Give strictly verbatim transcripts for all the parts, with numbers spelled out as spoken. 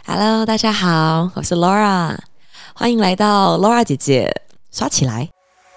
Hello， 大家好，我是 Laura， 欢迎来到 Laura 姐姐刷起来。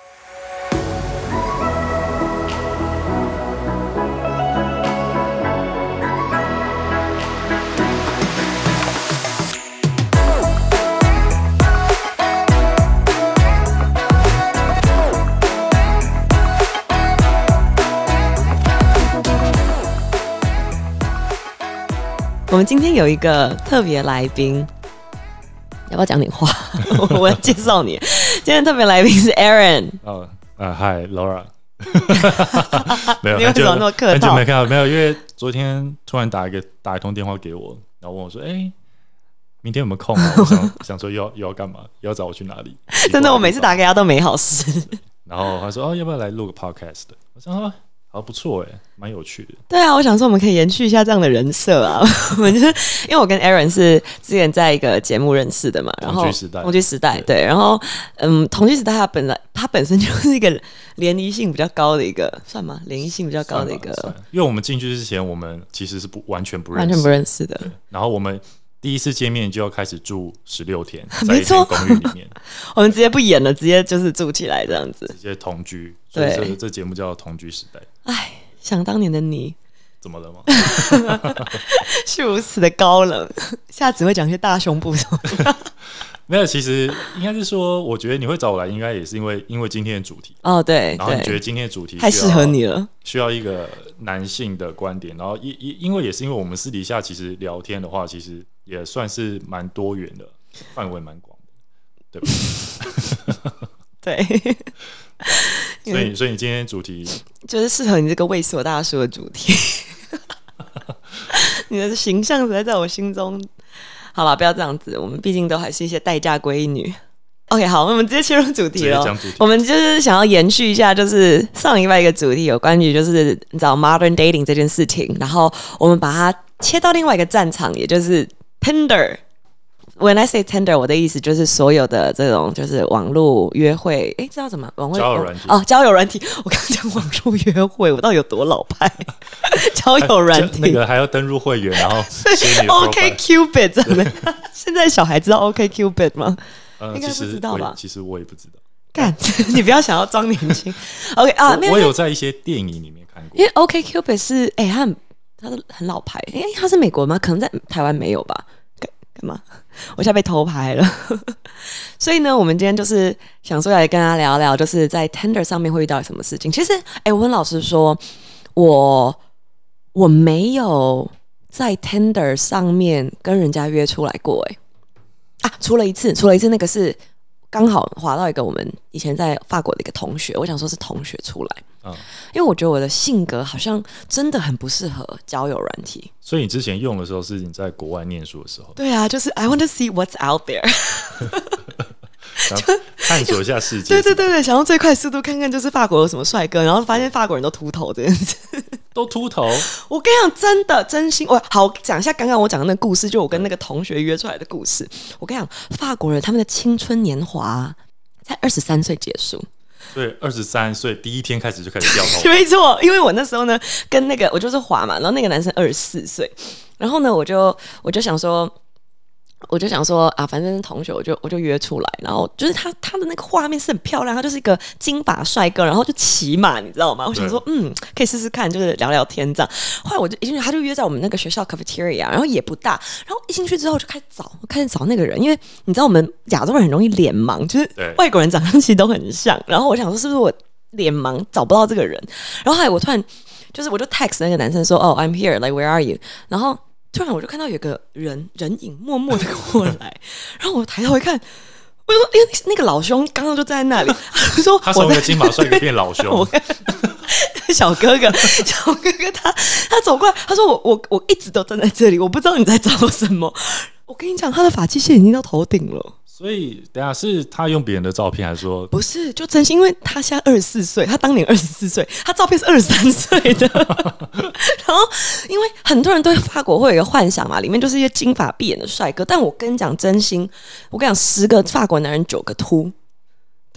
我们今天有一个特别来宾，要不要讲点话？我要介绍你。今天特别来宾是 Aaron。 哦，啊，嗨 ，Laura。没有， 你为什么那么客套？ 很久没看到，没有，因为昨天突然打一个打一通电话给我，然后问我说：“哎、欸，明天有没有空啊？”我想想说又要又要干嘛？又要找我去哪里？ 真的，我每次打给他都没好事。 然后他说：“哦，要不要来录个 podcast？” 我说：“哦。”好不错哎，蛮有趣的。 对啊，我想说我们可以延续一下这样的人设啊。我们就是因为我跟 Aaron 是之前在一个节目认识的嘛，然后同居时代， 同居时代 对, 对，然后嗯，同居时代他本来他本身就是一个联谊性比较高的一个，算吗？联谊性比较高的一个， 因为我们进去之前，我们其实是不完全不认识， 完全不认识的。 然后我们第一次见面就要开始住十六天， 在一间公寓里面。 我们直接不演了，直接就是住起来这样子， 直接同居。所以这这节目叫同居时代。 哎。想当年的你怎么了吗？ 是如此的高冷，下次会讲一些大胸部什么的。 没有，其实应该是说，我觉得你会找我来，应该也是因为因为今天的主题哦，对， 然后你觉得今天的主题太适合你了， 需要一个男性的观点，然后因因为也是因为我们私底下其实聊天的话，其实也算是蛮多元的，范围蛮广的，对吧？ 对。 所以，所以你今天主题就是适合你这个猥琐大叔的主题。你的形象实在在我心中，好了，不要这样子，我们毕竟都还是一些待嫁闺女。OK， 好，我们直接切入主题了。我们就是想要延续一下，就是上礼拜一个主题有关于就是你知道 modern dating 这件事情，然后我们把它切到另外一个战场，也就是 Tinder。When I say Tinder， 我的意思就是所有的这种就是网络约会，哎，知道怎么网络交友软体哦，交友软体。我刚刚讲网络约会，我到底有多老派？交友软体那个还要登入会员，然后写你的 OK Cupid 真的？现在小孩知道 OK Cupid 吗？ 呃、 应该不知道吧？ 其实我也不知道。 干，你不要想要装年轻。OK 啊， 我, 我有在一些电影里面看过， 因为 OK Cupid 是哎、欸，他很他是很老牌，哎、欸，他是美国吗？可能在台湾没有吧？干嘛？我现在被偷拍了。所以呢，我们今天就是想说来跟大家聊聊，就是在 Tinder 上面会遇到什么事情。其实，哎、欸，我跟老师说，我我没有在 Tinder 上面跟人家约出来过、欸，哎，啊，除了一次，除了一次，那个是刚好滑到一个我们以前在法国的一个同学，我想说是同学出来。嗯、因为我觉得我的性格好像真的很不适合交友软体， 所以你之前用的时候是你在国外念书的时候。 对啊，就是 I want to see what's out there 探索一下世界。 对对对对，想用最快速度看看就是法国有什么帅哥，然后发现法国人都秃头这样子。 都秃头？ 我跟你讲，真的真心，我好讲一下刚刚我讲的那个故事，就我跟那个同学约出来的故事。我跟你讲，法国人他们的青春年华在二十三岁结束。 所以二十三岁第一天开始就开始掉头。 没错，因为我那时候呢，跟那个我就是滑嘛，然后那个男生二十四岁，然后呢，我就我就想说，我就想说啊，反正是同学，我就我就约出来，然后就是他他的那个画面是很漂亮，他就是一个金发帅哥，然后就骑马，你知道吗？我想说，嗯，可以试试看，就是聊聊天这样。后来我就一进去，他就约在我们那个学校 cafeteria， 然后也不大，然后一进去之后就开始找，开始找那个人，因为你知道我们亚洲人很容易脸盲，就是外国人长相其实都很像，然后我想说是不是我脸盲找不到这个人，然后后来我突然就是我就 text 那个男生说，哦 ，I'm here， like where are you？ 然后突然我就看到有个人人影默默的过来，然后我抬头一看，我说：“因为那个老兄刚刚就站在那里。”他说：“ 他从一个金发帅哥变老兄。” 小哥哥，小哥哥他他走过来，他说我：“我我我一直都站在这里，我不知道你在找什么。”我跟你讲，他的发际线已经到头顶了。 所以等一下是他用别人的照片，还是说不是？就真心，因为他现在二十四岁，他当年二十四岁，他照片是二十三岁的。然后，因为很多人对法国会有一个幻想嘛，里面就是一些金发碧眼的帅哥。但我跟你讲，真心，我跟你讲，十个法国男人九个秃。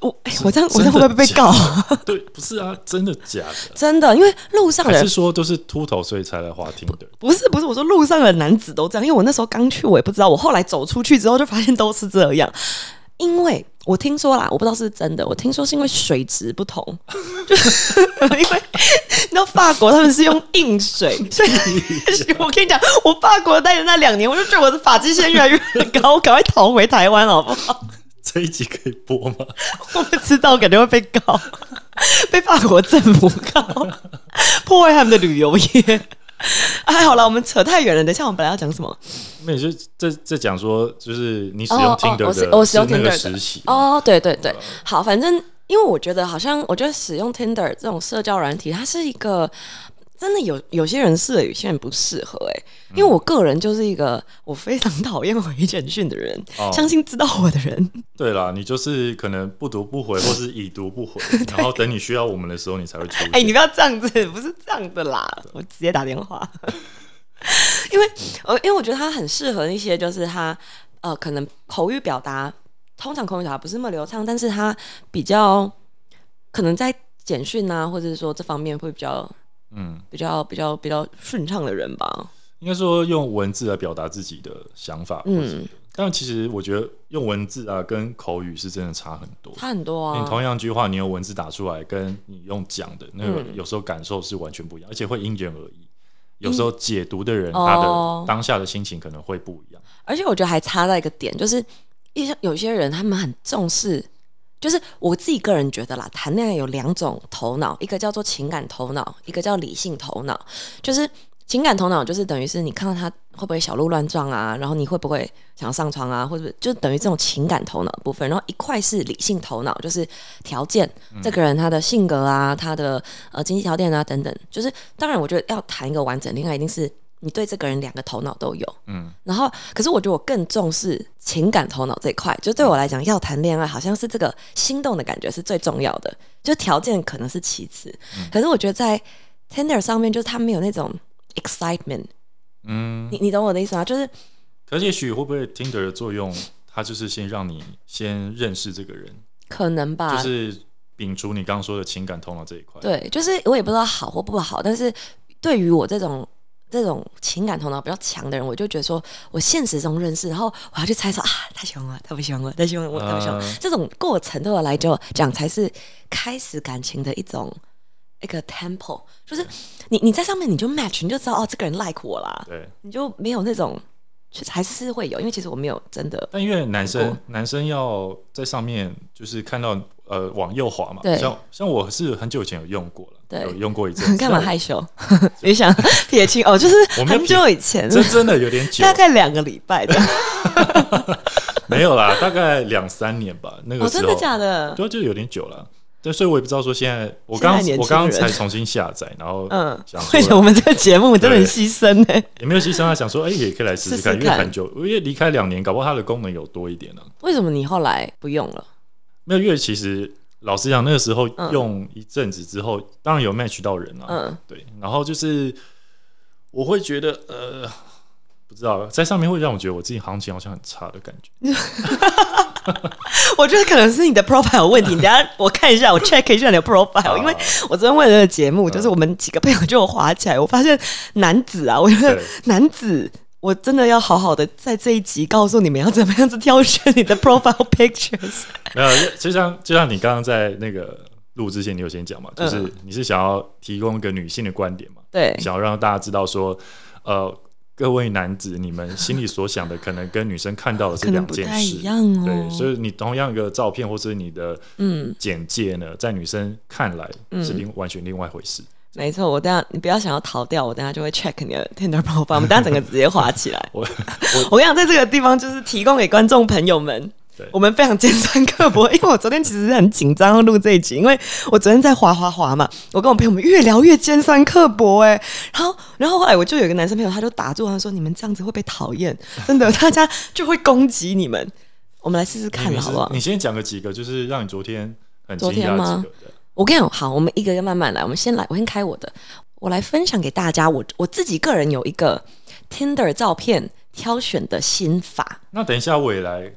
我哎、欸，我这样我这样会不会被告？ 对，不是啊，真的假的？ 真的，因为路上的还是说都是秃头所以才来滑听的？ 不是不是，我说路上的男子都这样，因为我那时候刚去，我也不知道，我后来走出去之后就发现都是这样。因为我听说啦，我不知道是不是真的，我听说是因为水质不同，就是因为你知道法国他们是用硬水，所以我跟你讲，我法国待的那两年，我就觉得我的发际线越来越高，我赶快逃回台湾好不好？ 这一集可以播吗？ 我不知道，感觉会被告，被法国政府告，破坏他们的旅游业。还好了，我们扯太远了。等一下，我们本来要讲什么？ 没有，就在在讲说，就是你使用 Tinder 的， 哦哦、我使用 Tinder 的实习哦，对对对，好，反正因为我觉得好像，我觉得使用 Tinder 这种社交软体，它是一个。真的有有些人适合，有些人不适合哎、欸，因为我个人就是一个我非常讨厌回简讯的人、哦，相信知道我的人。 对啦，你就是可能不读不回，或是已读不回，然后等你需要我们的时候，你才会出现。 哎、欸，你不要这样子，不是这样的啦，我直接打电话。因为呃，因为我觉得他很适合一些，就是他呃，可能口语表达，通常口语表达不是那么流畅，但是他比较可能在简讯啊，或者是说这方面会比较。嗯，比较比较比较顺畅的人吧， 应该说用文字来表达自己的想法，嗯，但其实我觉得用文字啊跟口语是真的差很多， 差很多啊。 你同样一句话，你用文字打出来，跟你用讲的那个，有时候感受是完全不一样，而且会因人而异。有时候解读的人，嗯、他的当下的心情可能会不一样。 而且我觉得还差在一个点，就是有些人他们很重视。就是我自己个人觉得啦，谈恋爱有两种头脑，一个叫做情感头脑，一个叫理性头脑。就是情感头脑，就是等于是你看到他会不会小鹿乱撞啊，然后你会不会想要上床啊，或者就等于这种情感头脑的部分。然后一块是理性头脑，就是条件，嗯、这个人他的性格啊，他的呃经济条件啊等等。就是当然，我觉得要谈一个完整恋爱，一定是。你对这个人两个头脑都有，嗯，然后可是我觉得我更重视情感头脑这一块，就对我来讲，要谈恋爱好像是这个心动的感觉是最重要的，就条件可能是其次，嗯、可是我觉得在 Tinder 上面，就是他没有那种 excitement，嗯，你你懂我的意思吗？就是， 可是也许会不会 Tinder 的作用，它就是先让你先认识这个人， 可能吧， 就是摒除你刚刚说的情感头脑这一块， 对，就是我也不知道好或不好，但是对于我这种。这种情感头脑比较强的人，我就觉得说，我现实中认识，然后我要去猜测啊，他喜欢我，他不喜欢我，他喜欢我，他不喜欢我，呃、这种过程对我来讲才是开始感情的一种一个 tempo， 就是你你在上面你就 match， 你就知道哦，这个人 like 我啦，对，你就没有那种，还是会有，因为其实我没有真的， 但因为男生男生要在上面就是看到呃往右滑嘛，像像我是很久以前有用过了。有用过一阵， 干嘛害羞？你想撇清哦，就是很久以前， 这真的有点久， 大概两个礼拜的， 没有啦，大概两三年吧。那个时候、 哦、真的假的？ 对，就有点久了。对，所以我也不知道说现在，我刚我刚刚才重新下载，然后嗯，想为什么我们这个节目真的很牺牲呢、欸？ 也没有牺牲啊，想说哎、欸，也可以来试试看，因为很久，因为离开两年，搞不好它的功能有多一点呢、啊。 为什么你后来不用了？ 没有，因为其实。老实讲，那个时候用一阵子之后，嗯、当然有 match 到人啊，嗯，对，然后就是我会觉得，呃，不知道，在上面会让我觉得我自己行情好像很差的感觉。 我觉得可能是你的 profile 有问题，你等一下我看一下，我 check 一下你的 profile，、啊、因为我昨天为了这个节目，就是我们几个朋友就有滑起来，我发现男子啊，我觉得男子。我真的要好好的在这一集告诉你们要怎么样子挑选你的 profile pictures。 没有，就像就像你刚刚在那个录之前，你有先讲嘛，就是你是想要提供一个女性的观点嘛， 对， 想要让大家知道说，呃，各位男子，你们心里所想的可能跟女生看到的是两件事， 一样哦。 对，所以你同样一个照片或者你的简介呢，嗯、在女生看来是另、嗯、完全另外一回事。 没错，我等一下你不要想要逃掉，我等一下就会 check 你的 Tinder profile， 我们等一下整个直接滑起来。我我我跟你讲，在这个地方就是提供给观众朋友们，我们非常尖酸刻薄，因为我昨天其实很紧张要录这一集，因为我昨天在滑滑滑嘛，我跟我朋友们越聊越尖酸刻薄哎、欸，然后然后后来我就有一个男生朋友，他就打住，他说你们这样子会被讨厌，真的，大家就会攻击你们。我们来试试看好不好？ 你先讲个几个，就是让你昨天很惊讶的几个。 我跟你讲，好，我们一个一个慢慢来。我们先来，我先开我的，我来分享给大家。我我自己个人有一个 Tinder 照片挑选的心法。 那等一下我也来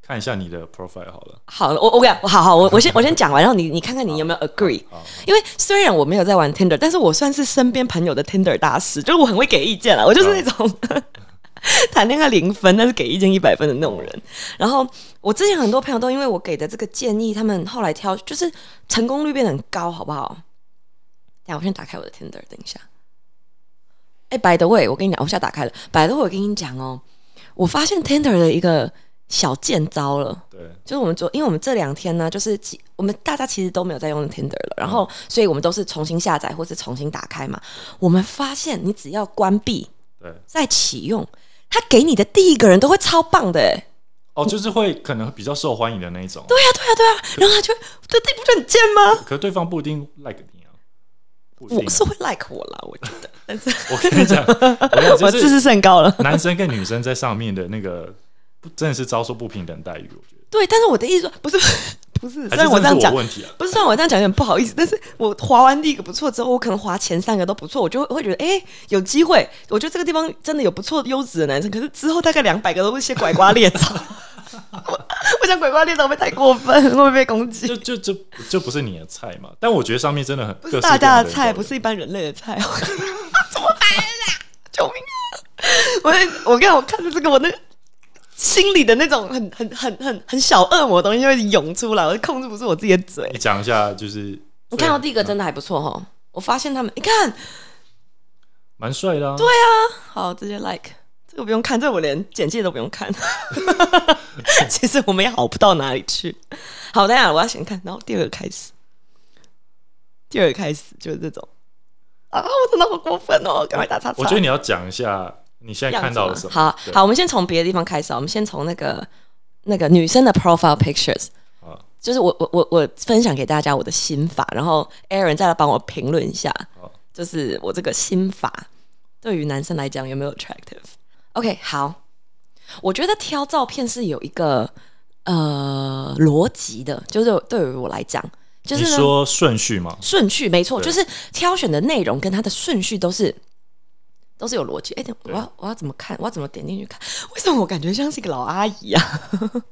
看一下你的 profile 好了。 好，我我讲，好好，我我先我先讲完，然后你你看看你有没有 agree。因为虽然我没有在玩 Tinder， 但是我算是身边朋友的 Tinder 大师，就是我很会给意见啦，我就是那种谈恋爱零分，但是给意见一百分的那种人。然后我之前很多朋友都因为我给的这个建议，他们后来挑就是成功率变得很高，好不好？等一下我先打开我的 Tinder， 等一下。哎、欸、，by the way， 我跟你讲，我现在打开了。by the way， 我跟你讲哦，我发现 Tinder 的一个小贱招了。 对， 就是我们昨，因为我们这两天呢，就是我们大家其实都没有在用 Tinder 了，然后、嗯、所以我们都是重新下载或是重新打开嘛。我们发现你只要关闭，对，再启用，他给你的第一个人都会超棒的哎。 哦，就是会可能比较受欢迎的那一种。 对啊，对啊，对啊，然后他就这地不就很贱吗？ 可是对方不一定 like 你啊。 我是会 like 我啦，我觉得，但是我跟你讲，我我自视甚高了。 男生跟女生在上面的那个，真的是遭受不平等待遇，我觉得。 对，但是我的意思说，不是不是，虽然我这样讲， 啊、 不是虽然我这样讲有点不好意思，但是我滑完第一个不错之后，我可能滑前三个都不错，我就会觉得，哎、欸，有机会。我觉得这个地方真的有不错优质的男生，可是之后大概两百个都是些拐瓜裂枣。我, 我想拐瓜裂枣会不会太过分，会不会被攻击？ 就就就就不是你的菜嘛。但我觉得上面真的很不是大家的菜，不是一般人类的菜。怎么办啊？救命啊！我我刚我看着这个，我那心里的那种很很很很很小恶魔的东西就会涌出来，我就控制不住我自己的嘴。 你讲一下，就是你看到第一个真的还不错哈、嗯，我发现他们，你看， 蛮帅的啊。 对啊，好，直接 like。这个不用看，这个我连简介都不用看。其实我们也好不到哪里去。好，等一下我要先看，然后第二个开始，第二个开始就是这种啊，我真的好过分哦！赶快打叉叉。 我觉得你要讲一下你现在看到了什么。 好好，我们先从别的地方开始，我们先从那个那个女生的 profile pictures。就是我我我我分享给大家我的心法，然后 Aaron 再来帮我评论一下，就是我这个心法对于男生来讲有没有 attractive？OK， 好，我觉得挑照片是有一个呃逻辑的，就是对于我来讲，就是你说顺序吗？ 顺序没错，就是挑选的内容跟它的顺序都是都是有逻辑。哎、欸，我要我要怎么看？我要怎么点进去看？为什么我感觉像是一个老阿姨啊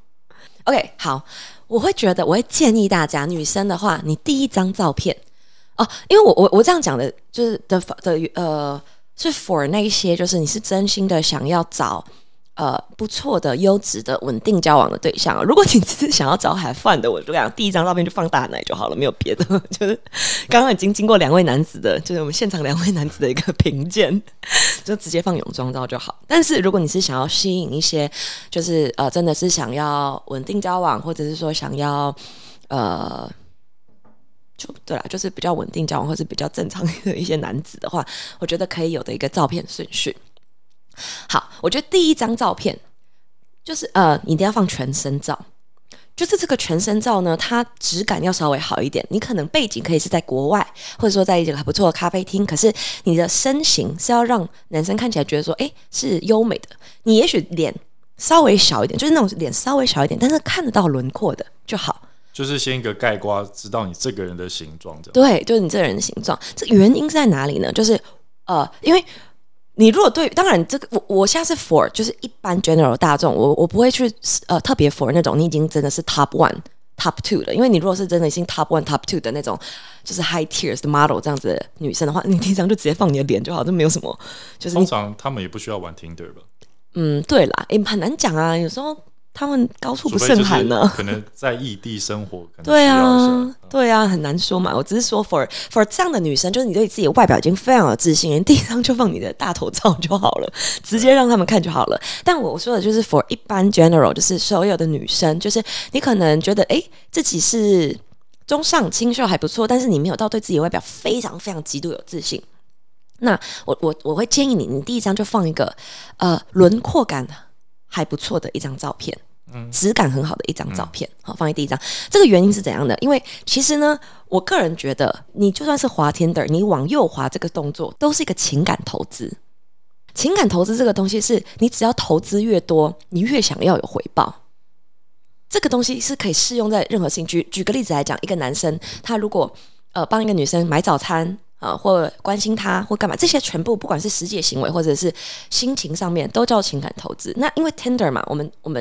？OK， 好，我会觉得我会建议大家，女生的话，你第一张照片哦，因为我我我这样讲的，就是的的呃。是 for 那一些，就是你是真心的想要找呃不错的、优质的、稳定交往的对象。如果你只是想要找海饭的，我就讲第一张照片就放大奶就好了，没有别的。就是刚刚已经经过两位男子的，就是我们现场两位男子的一个评鉴，就直接放泳装照就好。但是如果你是想要吸引一些，就是呃真的是想要稳定交往，或者是说想要呃。就对啦，就是比较稳定交往或是比较正常的一些男子的话，我觉得可以有的一个照片顺序。好，我觉得第一张照片就是呃，你一定要放全身照。就是这个全身照呢，它质感要稍微好一点。你可能背景可以是在国外，或者说在一个还不错的咖啡厅，可是你的身形是要让男生看起来觉得说，哎，是优美的。你也许脸稍微小一点，就是那种脸稍微小一点，但是看得到轮廓的就好。 就是先一个概括，知道你这个人的形状，这样。 对，就是你这个人的形状。这原因是在哪里呢？就是呃，因为你如果对，当然这个我我现在是 for 就是一般 general 大众，我我不会去呃特别 for 那种你已经真的是 top one、top two 了。因为你如果是真的已经 top one、top two 的那种，就是 high tiers 的 model 这样子的女生的话，你第一张就直接放你的脸就好，就没有什么。就是通常他们也不需要玩 Tinder 吧？ 嗯，对啦，也很难讲啊，有时候。他们高处不胜寒呢， 可能在异地生活，可能对啊，对啊，很难说嘛。我只是说 for for 这样的女生，就是你对自己的外表已经非常有自信，第一张就放你的大头照就好了，直接让他们看就好了。但我说的就是 for 一般 general， 就是所有的女生，就是你可能觉得哎自己是中上清秀还不错，但是你没有到对自己的外表非常非常极度有自信。那我我我会建议你，你第一张就放一个呃轮廓感还不错的一张照片。质感很好的一张照片，好，放在第一张。这个原因是怎样的？因为其实呢，我个人觉得，你就算是滑 Tinder， 你往右滑这个动作，都是一个情感投资。情感投资这个东西是，你只要投资越多，你越想要有回报。这个东西是可以适用在任何事情。举举个例子来讲，一个男生他如果呃帮一个女生买早餐。啊，或关心他，或干嘛，这些全部不管是实际的行为或者是心情上面，都叫情感投资。那因为 Tinder 嘛，我们我们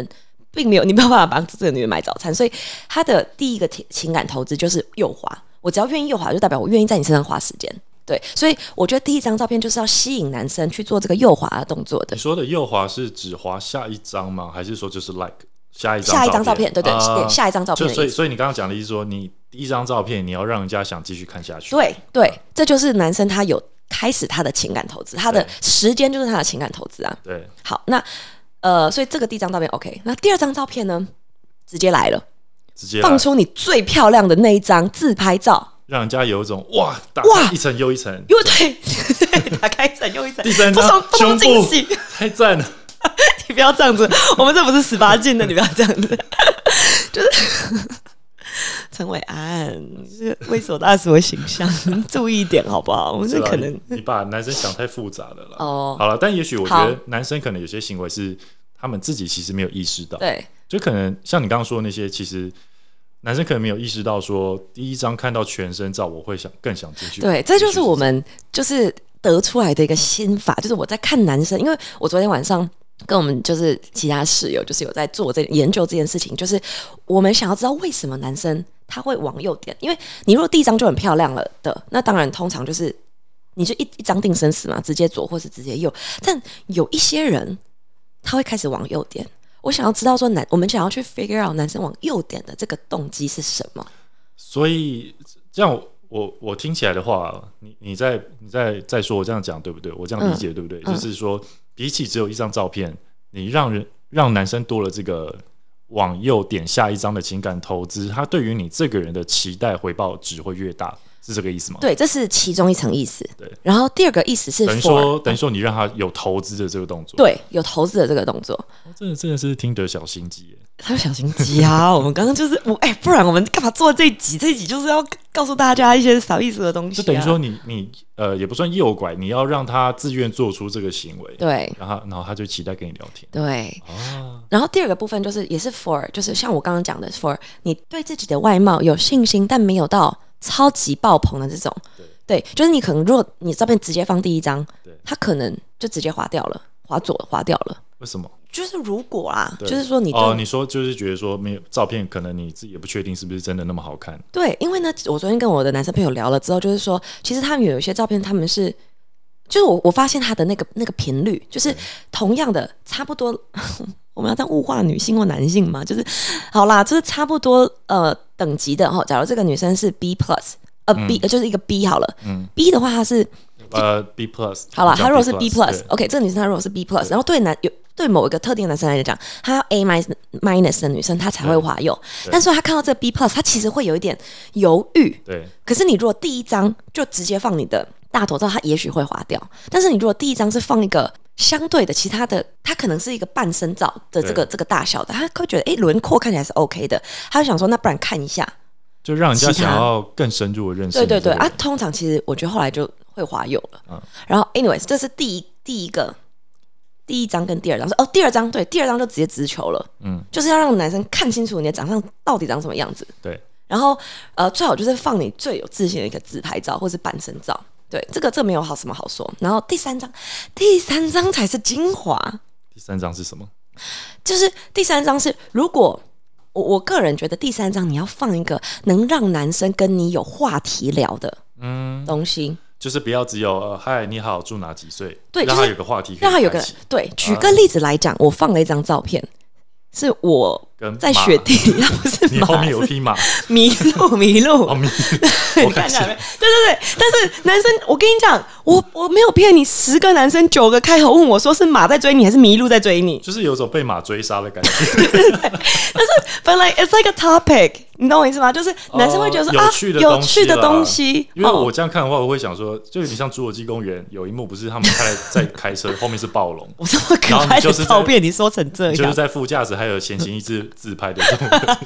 并没有你没有办法帮这个女人买早餐，所以他的第一个情感投资就是右滑。我只要愿意右滑，就代表我愿意在你身上花时间。对，所以我觉得第一张照片就是要吸引男生去做这个右滑的动作的。 你说的右滑是只滑下一张吗？还是说就是 like 下一张下一张照片？对对， 呃、 下一张照片的意思。 所以所以你刚刚讲的意思说，你第一张照片你要让人家想继续看下去。 对对，这就是男生他有开始他的情感投资，他的时间就是他的情感投资啊。 对， 好，那呃，所以这个第一张照片 OK， 那第二张照片呢，直接来了， 直接放出你最漂亮的那一张自拍照。 让人家有一种哇，打开一层又一层， 又对对，打开一层又一层， 第三张胸部太赞了， 你不要这样子，我们这不是十八禁的，你不要这样子，就是陈伟安是猥琐大叔的形象，注意一点好不好？我们是可能你把男生想太复杂了啦。 哦， 好了，但也许我觉得男生可能有些行为是他们自己其实没有意识到， 对， 就可能像你刚刚说的那些，其实。男生可能没有意识到说第一张看到全身照我会想更想进去。 对，这就是我们就是得出来的一个心法，就是我在看男生，因为我昨天晚上跟我们就是其他室友就是有在做这研究这件事情，就是我们想要知道为什么男生他会往右点，因为你如果第一张就很漂亮了的，那当然通常就是你就一一张定生死嘛，直接左或是直接右，但有一些人他会开始往右点。我想要知道说男，我们想要去 figure out 男生往右点的这个动机是什么。 所以这样我我听起来的话，你你再你再再说我这样讲对不对？我这样理解对不对？嗯、就是说，比起只有一张照片，你让人让男生多了这个往右点下一张的情感投资，他对于你这个人的期待回报值会越大。是这个意思吗？ 对，这是其中一层意思。 对， 然后第二个意思是 for, 等于说，等于说你让他有投资的这个动作。 对，有投资的这个动作。 哦、真的真的是听得小心机耶。 他有小心机啊！我们刚刚就是我哎、欸，不然我们干嘛做这一集？这一集就是要告诉大家一些少意思的东西、啊。 就等于说你你呃也不算诱拐，你要让他自愿做出这个行为。 对， 然后然后他就期待跟你聊天。 对。 哦。 然后第二个部分就是也是 for， 就是像我刚刚讲的 for， 你对自己的外貌有信心，但没有到超级爆棚的这种。对，就是你可能如果你照片直接放第一张，他可能就直接划掉了，划左划掉了。 为什么？ 就是如果啦，就是说你哦，你说就是觉得说没有照片，可能你自己也不确定是不是真的那么好看。 对，因为呢，我昨天跟我的男生朋友聊了之后，就是说，其实他们有一些照片，他们是，就是我我发现他的那个那个频率，就是同样的差不多，我们要这样物化女性或男性嘛？就是好啦，就是差不多呃等级的哈。假如这个女生是 B plus。呃 B、嗯、就是一个 B 好了、嗯、，B 的话它是呃 B plus 好了，她如果是 B plus，OK， 这个女生她如果是 B plus， 然后对男有对某一个特定的男生来讲，她要 A minus minus 的女生她才会滑右，但是她看到这个 B plus， 她其实会有一点犹豫， 对。 可是你如果第一张就直接放你的大头照，她也许会滑掉，但是你如果第一张是放一个相对的其他的，她可能是一个半身照的这个这个大小的，她会觉得哎轮廓看起来是 OK 的，她就想说那不然看一下。 就让人家想要更深入的认识。 对对对啊，通常其实我觉得后来就会滑右了。嗯，然后 anyways， 这是第一第一个第一张跟第二张是哦，第二张对，第二张就直接直球了。嗯，就是要让男生看清楚你的长相到底长什么样子。 对， 然后呃，最好就是放你最有自信的一个自拍照或是半身照。对，这个这个没有好什么好说。然后第三张，第三张才是精华。 第三张是什么？ 就是第三张是如果。我我个人觉得第三张你要放一个能让男生跟你有话题聊的东西，嗯、 就是不要只有呃嗨你好住哪几岁， 对， 让他有个话题可以， 让他有个对。举个例子来讲，我放了一张照片，是我在雪地里，他不是马， 你后面有匹马， 麋鹿麋鹿， 哦、麋你看起来没？对对对，但是男生，我跟你讲，我我没有骗你，十个男生九个开口问我说是马在追你还是麋鹿在追你， 就是有种被马追杀的感觉。 对对对，但是本来 it's like a topic， 你懂我意思吗？就是男生会觉得说、 哦、 啊有趣的东西， 因为我这样看的话，我会想说，就有点像侏罗纪公园有一幕，不是他们开在开车，后面是暴龙， 我这么可爱的照片你说成这样， 就是在副驾驶还有先行一只自拍的这种。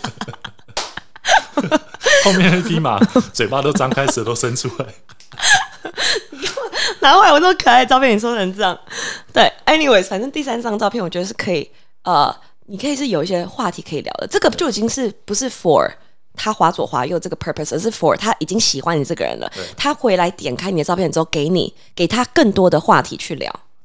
后面那匹马嘴巴都张开，舌头伸出来。 难怪我这么可爱的照片你说成这样。对 ，anyways， 反正第三张照片我觉得是可以，呃，你可以是有一些话题可以聊的。这个就已经是不是 for 他滑左滑右这个 purpose， 而是 for 他已经喜欢你这个人了。他回来点开你的照片之后，给你给他更多的话题去聊。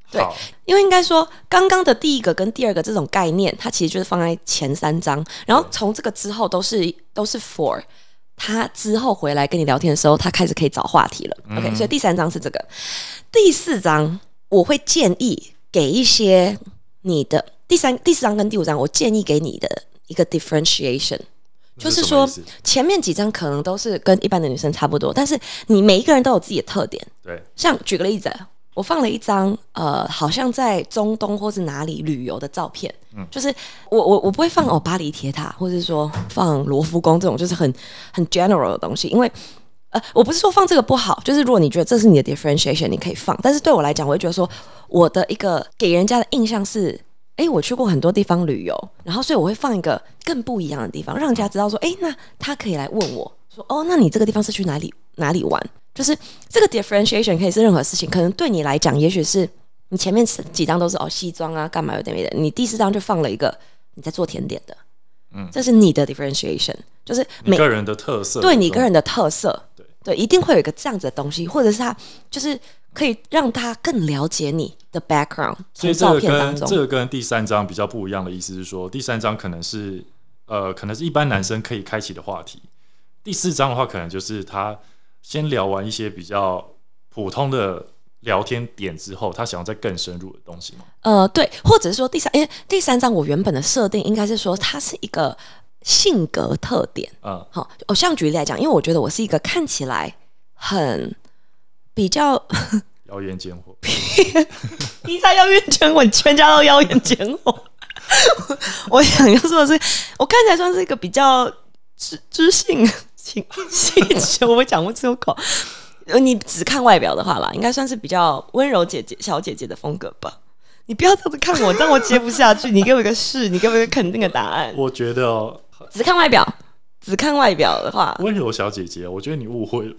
对，因为应该说刚刚的第一个跟第二个这种概念，它其实就是放在前三章，然后从这个之后都是都是 for 他之后回来跟你聊天的时候，他开始可以找话题了。嗯、OK， 所以第三章是这个，第四章我会建议给一些你的第三第四章跟第五章，我建议给你的一个 differentiation。就是说，前面几章可能都是跟一般的女生差不多，但是你每一个人都有自己的特点。 对， 像举个例子，我放了一张呃，好像在中东或是哪里旅游的照片，嗯，就是我我我不会放哦巴黎铁塔，或者说放罗浮宫这种就是很很 general 的东西，因为呃，我不是说放这个不好，就是如果你觉得这是你的 differentiation， 你可以放，但是对我来讲，我会觉得说我的一个给人家的印象是。哎，我去过很多地方旅游，然后所以我会放一个更不一样的地方，让人家知道说，哎，那他可以来问我说，哦，那你这个地方是去哪里哪里玩？就是这个 differentiation 可以是任何事情，可能对你来讲，也许是你前面几张都是哦西装啊，干嘛有点没的，你第四张就放了一个你在做甜点的，嗯，这是你的 differentiation， 就是每个人的特色， 对你个人的特色，对对，一定会有一个这样子的东西，或者是他就是可以让他更了解你的 background。 所以这个跟这个跟第三章比较不一样的意思是说，第三章可能是呃，可能是一般男生可以开启的话题。第四章的话，可能就是他先聊完一些比较普通的聊天点之后，他想要再更深入的东西吗？ 呃，对，或者是说第三，因为第三章我原本的设定应该是说，它是一个性格特点。嗯，好，我像举例来讲，因为我觉得我是一个看起来很比较。 妖艳贱货， 你才妖艳贱货，你全家都妖艳贱货。我想要说的是，我看起来算是一个比较知知性性性，我讲不出口。你只看外表的话啦，应该算是比较温柔姐姐、小姐姐的风格吧。你不要这样子看我，这样我接不下去。你给我一个是，你给我一个肯定的答案。 我觉得哦， 只看外表，只看外表的话， 温柔小姐姐，我觉得你误会了。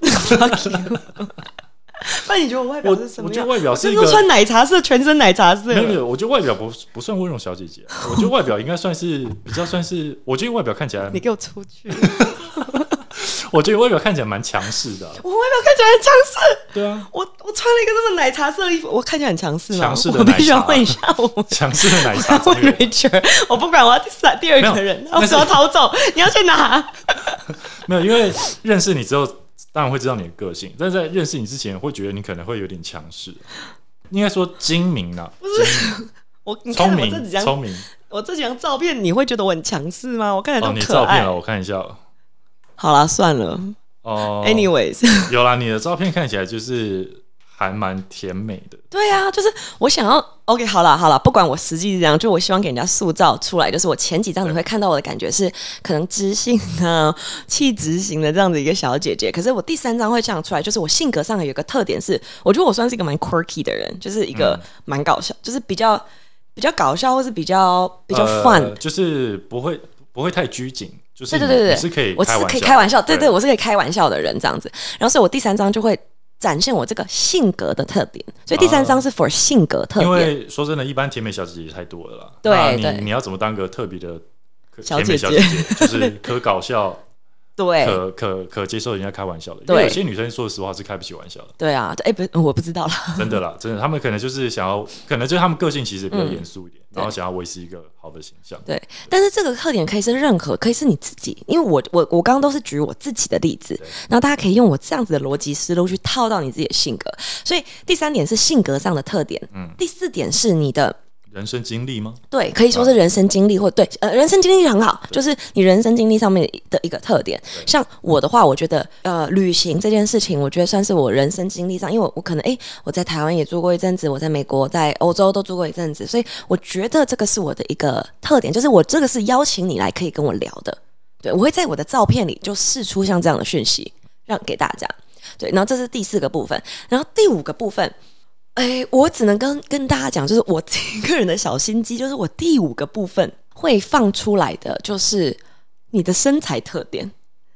那你觉得我外表是什么样？ 我觉得外表是一个穿奶茶色，全身奶茶色。 没有没有，我觉得外表不不算温柔小姐姐，我觉得外表应该算是比较算是，我觉得外表看起来， 你给我出去！ 我觉得外表看起来蛮强势的、啊。 我外表看起来很强势。 对啊， 我我穿了一个这么奶茶色的衣服，我看起来很强势吗？ 强势的奶茶。我必须要问一下我， 强势的奶茶。 我问 Richard， 我不管，我要第三第二个人，我要逃走，你要去哪？ 没有，因为认识你之后。当然会知道你的个性，但是在认识你之前，会觉得你可能会有点强势，应该说精明啊， 不是我聪明， 聪明。 我这几张照片，你会觉得我很强势吗？我看起来都可爱。 哦，你照片了，我看一下。 好啦，算了。哦、uh, ，anyways， 有啦，你的照片看起来就是还蛮甜美的。 对啊，就是我想要 OK， 好啦好啦，不管我实际是这样，就我希望给人家塑造出来，就是我前几张你会看到我的感觉是可能知性啊、气质型的这样子一个小姐姐，可是我第三张会这样出来，就是我性格上有一个特点是，我觉得我算是一个蛮 quirky 的人，就是一个蛮搞笑，就是比较比较搞笑，或是比较比较 fun，、呃、 就是不会不会太拘谨。就是对对对对， 是可以我是可以开玩笑，对 对, 对，我是可以开玩笑的人这样子。然后所以我第三章就会展现我这个性格的特点，所以第三章是 for 性格特点。 因为说真的，一般甜美小姐姐太多了啦。 对你对， 你要怎么当个特别的小姐姐？ 就是可搞笑。 对， 可可可接受人家开玩笑的，因为有些女生说实话是开不起玩笑的。 对啊，哎、欸，不，我不知道啦。 真的啦，真的，他们可能就是想要，可能就是他们个性其实比较严肃一点、嗯，然后想要维持一个好的形象。 对，但是这个特点可以是任何，可以是你自己，因为我我我刚刚都是举我自己的例子，然后大家可以用我这样子的逻辑思路去套到你自己的性格。所以第三点是性格上的特点，嗯，第四点是你的。 人生经历吗？ 对，可以说是人生经历，或对，呃，人生经历很好，就是你人生经历上面的一个特点。像我的话，我觉得呃，旅行这件事情，我觉得算是我人生经历上，因为我我可能哎，我在台湾也住过一阵子，我在美国、在欧洲都住过一阵子，所以我觉得这个是我的一个特点，就是我这个是邀请你来可以跟我聊的。对，我会在我的照片里就释出像这样的讯息，让给大家。对，然后这是第四个部分，然后第五个部分。哎，我只能跟跟大家讲，就是我自己个人的小心机，就是我第五个部分会放出来的，就是你的身材特点，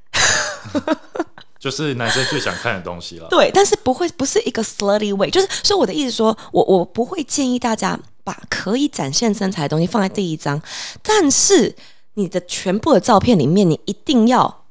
就是男生最想看的东西了。 对，但是不会不是一个 slutty way， 就是所以我的意思说，我我不会建议大家把可以展现身材的东西放在第一张，但是你的全部的照片里面，你一定要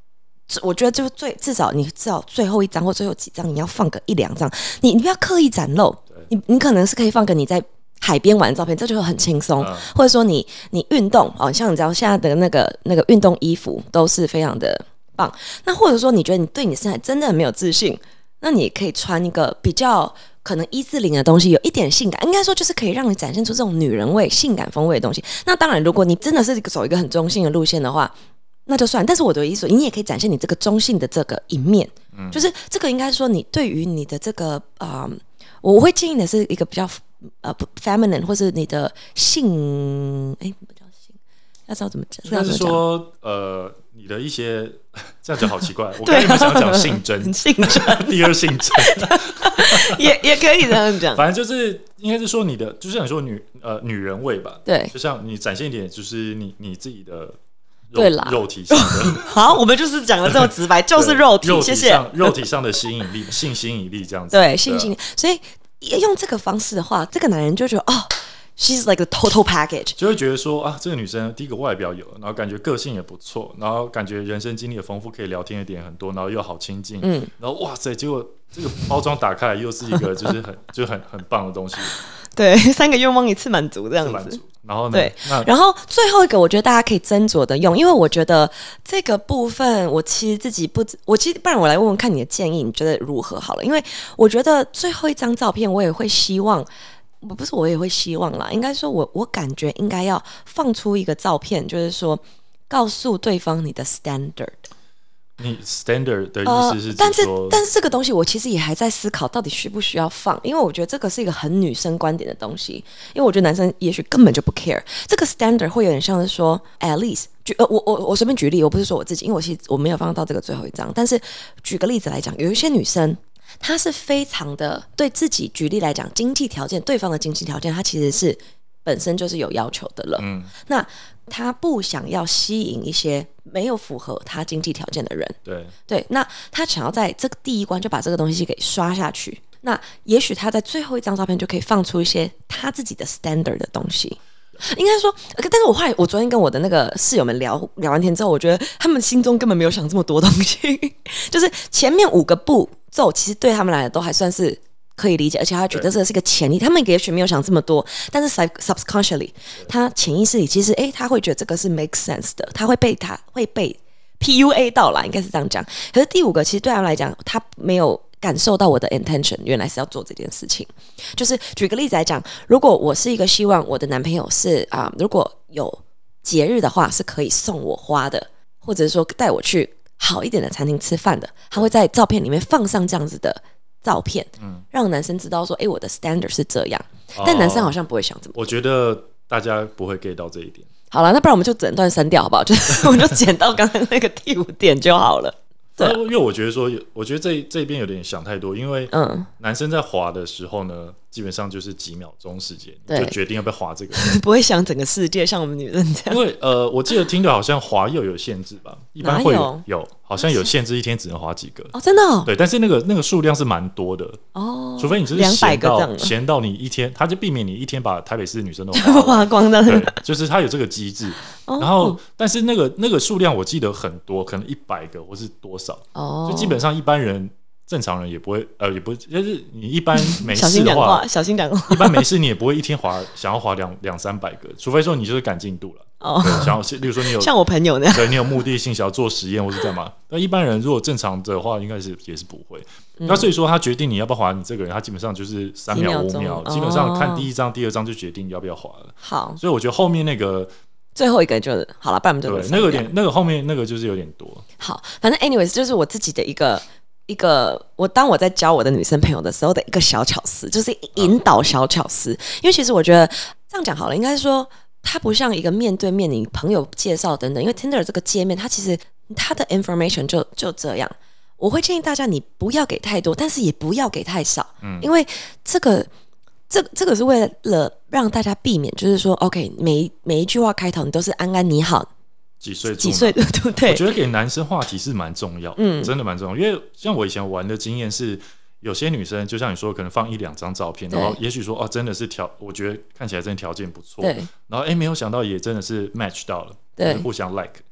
我觉得就最至少你至少最后一张或最后几张你要放个一两张，你你不要刻意展露，你你可能是可以放个你在海边玩的照片，这就很轻松、嗯，或者说你你运动哦，像你知道现在的那个那个运动衣服都是非常的棒，那或者说你觉得你对你身材真的很没有自信，那你也可以穿一个比较可能一四零的东西，有一点性感，应该说就是可以让你展现出这种女人味、性感风味的东西。那当然，如果你真的是走一个很中性的路线的话，那就算。但是我的意思，你也可以展现你这个中性的这个一面，嗯、就是这个应该说你对于你的这个啊、呃，我会建议的是一个比较呃 feminine 或是你的性，哎，不叫性，要知道怎么讲？ 就是说呃。你的一些这样讲好奇怪，我刚才想讲性征， 性征， 第二性征， 也也可以这样讲。 反正就是应该是说你的，就像你说女呃女人味吧， 对， 就像你展现一点，就是你你自己的肉对啦肉体上的。 好，我们就是讲的这么直白，就是肉体， 肉谢谢。 肉体上的吸引力，性吸引力这样子， 对，性吸引力。所以用这个方式的话，这个男人就觉得哦。She's like the total package， 就会觉得说啊，这个女生第一个外表有，然后感觉个性也不错，然后感觉人生经历也丰富，可以聊天的点很多，然后又好亲近，嗯，然后哇塞，结果这个包装打开来又是一个就是很就很很棒的东西， 对，三个愿望一次满足这样子， 满足。然后呢？ 对，然后最后一个，我觉得大家可以斟酌的用，因为我觉得这个部分，我其实自己不，我其实不然我来问问看你的建议，你觉得如何好了？因为我觉得最后一张照片，我也会希望。我不是，我也会希望啦。应该说我，我感觉应该要放出一个照片，就是说告诉对方你的 standard。 你 standard 的意思是指说、呃， 但是但是这个东西我其实也还在思考，到底需不需要放？因为我觉得这个是一个很女生观点的东西。因为我觉得男生也许根本就不 care。这个 standard 会有点像是说 ，at least， 举呃，我我我随便举例，我不是说我自己，因为我其实我没有放到这个最后一张。但是举个例子来讲，有一些女生。他是非常的对自己，举例来讲，经济条件，对方的经济条件，他其实是本身就是有要求的了。嗯，那他不想要吸引一些没有符合他经济条件的人。 对对，那他想要在这个第一关就把这个东西给刷下去。那也许他在最后一张照片就可以放出一些他自己的 standard 的东西。应该说，但是我后来我昨天跟我的那个室友们聊聊完天之后，我觉得他们心中根本没有想这么多东西，就是前面五个步骤其实对他们来说都还算是可以理解，而且他觉得这是一个潜力，他们也许没有想这么多，但是 subconsciously 他潜意识里其实哎他会觉得这个是 make sense 的，他会被他会被 P U A 到啦，应该是这样讲。可是第五个其实对他们来讲，他没有感受到我的 intention 原来是要做这件事情。就是举个例子来讲，如果我是一个希望我的男朋友是啊、呃，如果有节日的话是可以送我花的，或者说带我去好一点的餐厅吃饭的，他会在照片里面放上这样子的照片，嗯，让男生知道说，哎，我的 standard 是这样。但男生好像不会想这么多。 我觉得大家不会 get 到这一点。 好了，那不然我们就整段删掉好不好？就是我们就剪到刚刚那个第五点就好了。 对，因为我觉得说，我觉得这这边有点想太多，因为男生在滑的时候呢，基本上就是几秒钟时间就决定要不要滑这个， 不会想整个世界像我们女生这样。 因为呃，我记得听的好像滑又有限制吧，一般会 有, 有好像有限制，一天只能滑几个哦，真的、哦？ 对，但是那个那个数量是蛮多的哦，除非你就是闲到闲到你一天，他就避免你一天把台北市的女生都滑滑光的， 对，就是他有这个机制。哦、然后，但是那个那个数量我记得很多，可能一百个或是多少哦，就基本上一般人。正常人也不会，呃，也不就是你一般没事的话， 小心讲话， 一般没事你也不会一天滑想要滑两两三百个，除非说你就是赶进度了。哦，想要，例如说你有像我朋友那样， 对你有目的性想要做实验或是干嘛？那一般人如果正常的话，应该是也是不会。嗯、那所以说他决定你要不要滑，你这个人他基本上就是三秒五秒，基本上看第一张、第二张就决定要不要滑了。 好， 所以我觉得后面那个。 最后一个就是好了，不然我们就对那个有点，那个后面那个就是有点多。 好，反正 anyways 就是我自己的一个。一个我当我在教我的女生朋友的时候的一个小巧思，就是引导小巧思。因为其实我觉得这样讲好了，应该是说它不像一个面对面你朋友介绍等等，因为 Tinder 这个界面它其实它的 information 就就这样。我会建议大家你不要给太多，但是也不要给太少，嗯，因为这个这这个是为了让大家避免，就是说 OK 每每一句话开头你都是安安你好。 几岁几岁对不对？ 我觉得给男生话题是蛮重要的，嗯，真的蛮重要。因为像我以前玩的经验是，有些女生就像你说，可能放一两张照片，然后也许说哦，真的是条，我觉得看起来真的条件不错，对。然后哎，没有想到也真的是 match 到了，对，互相 like。可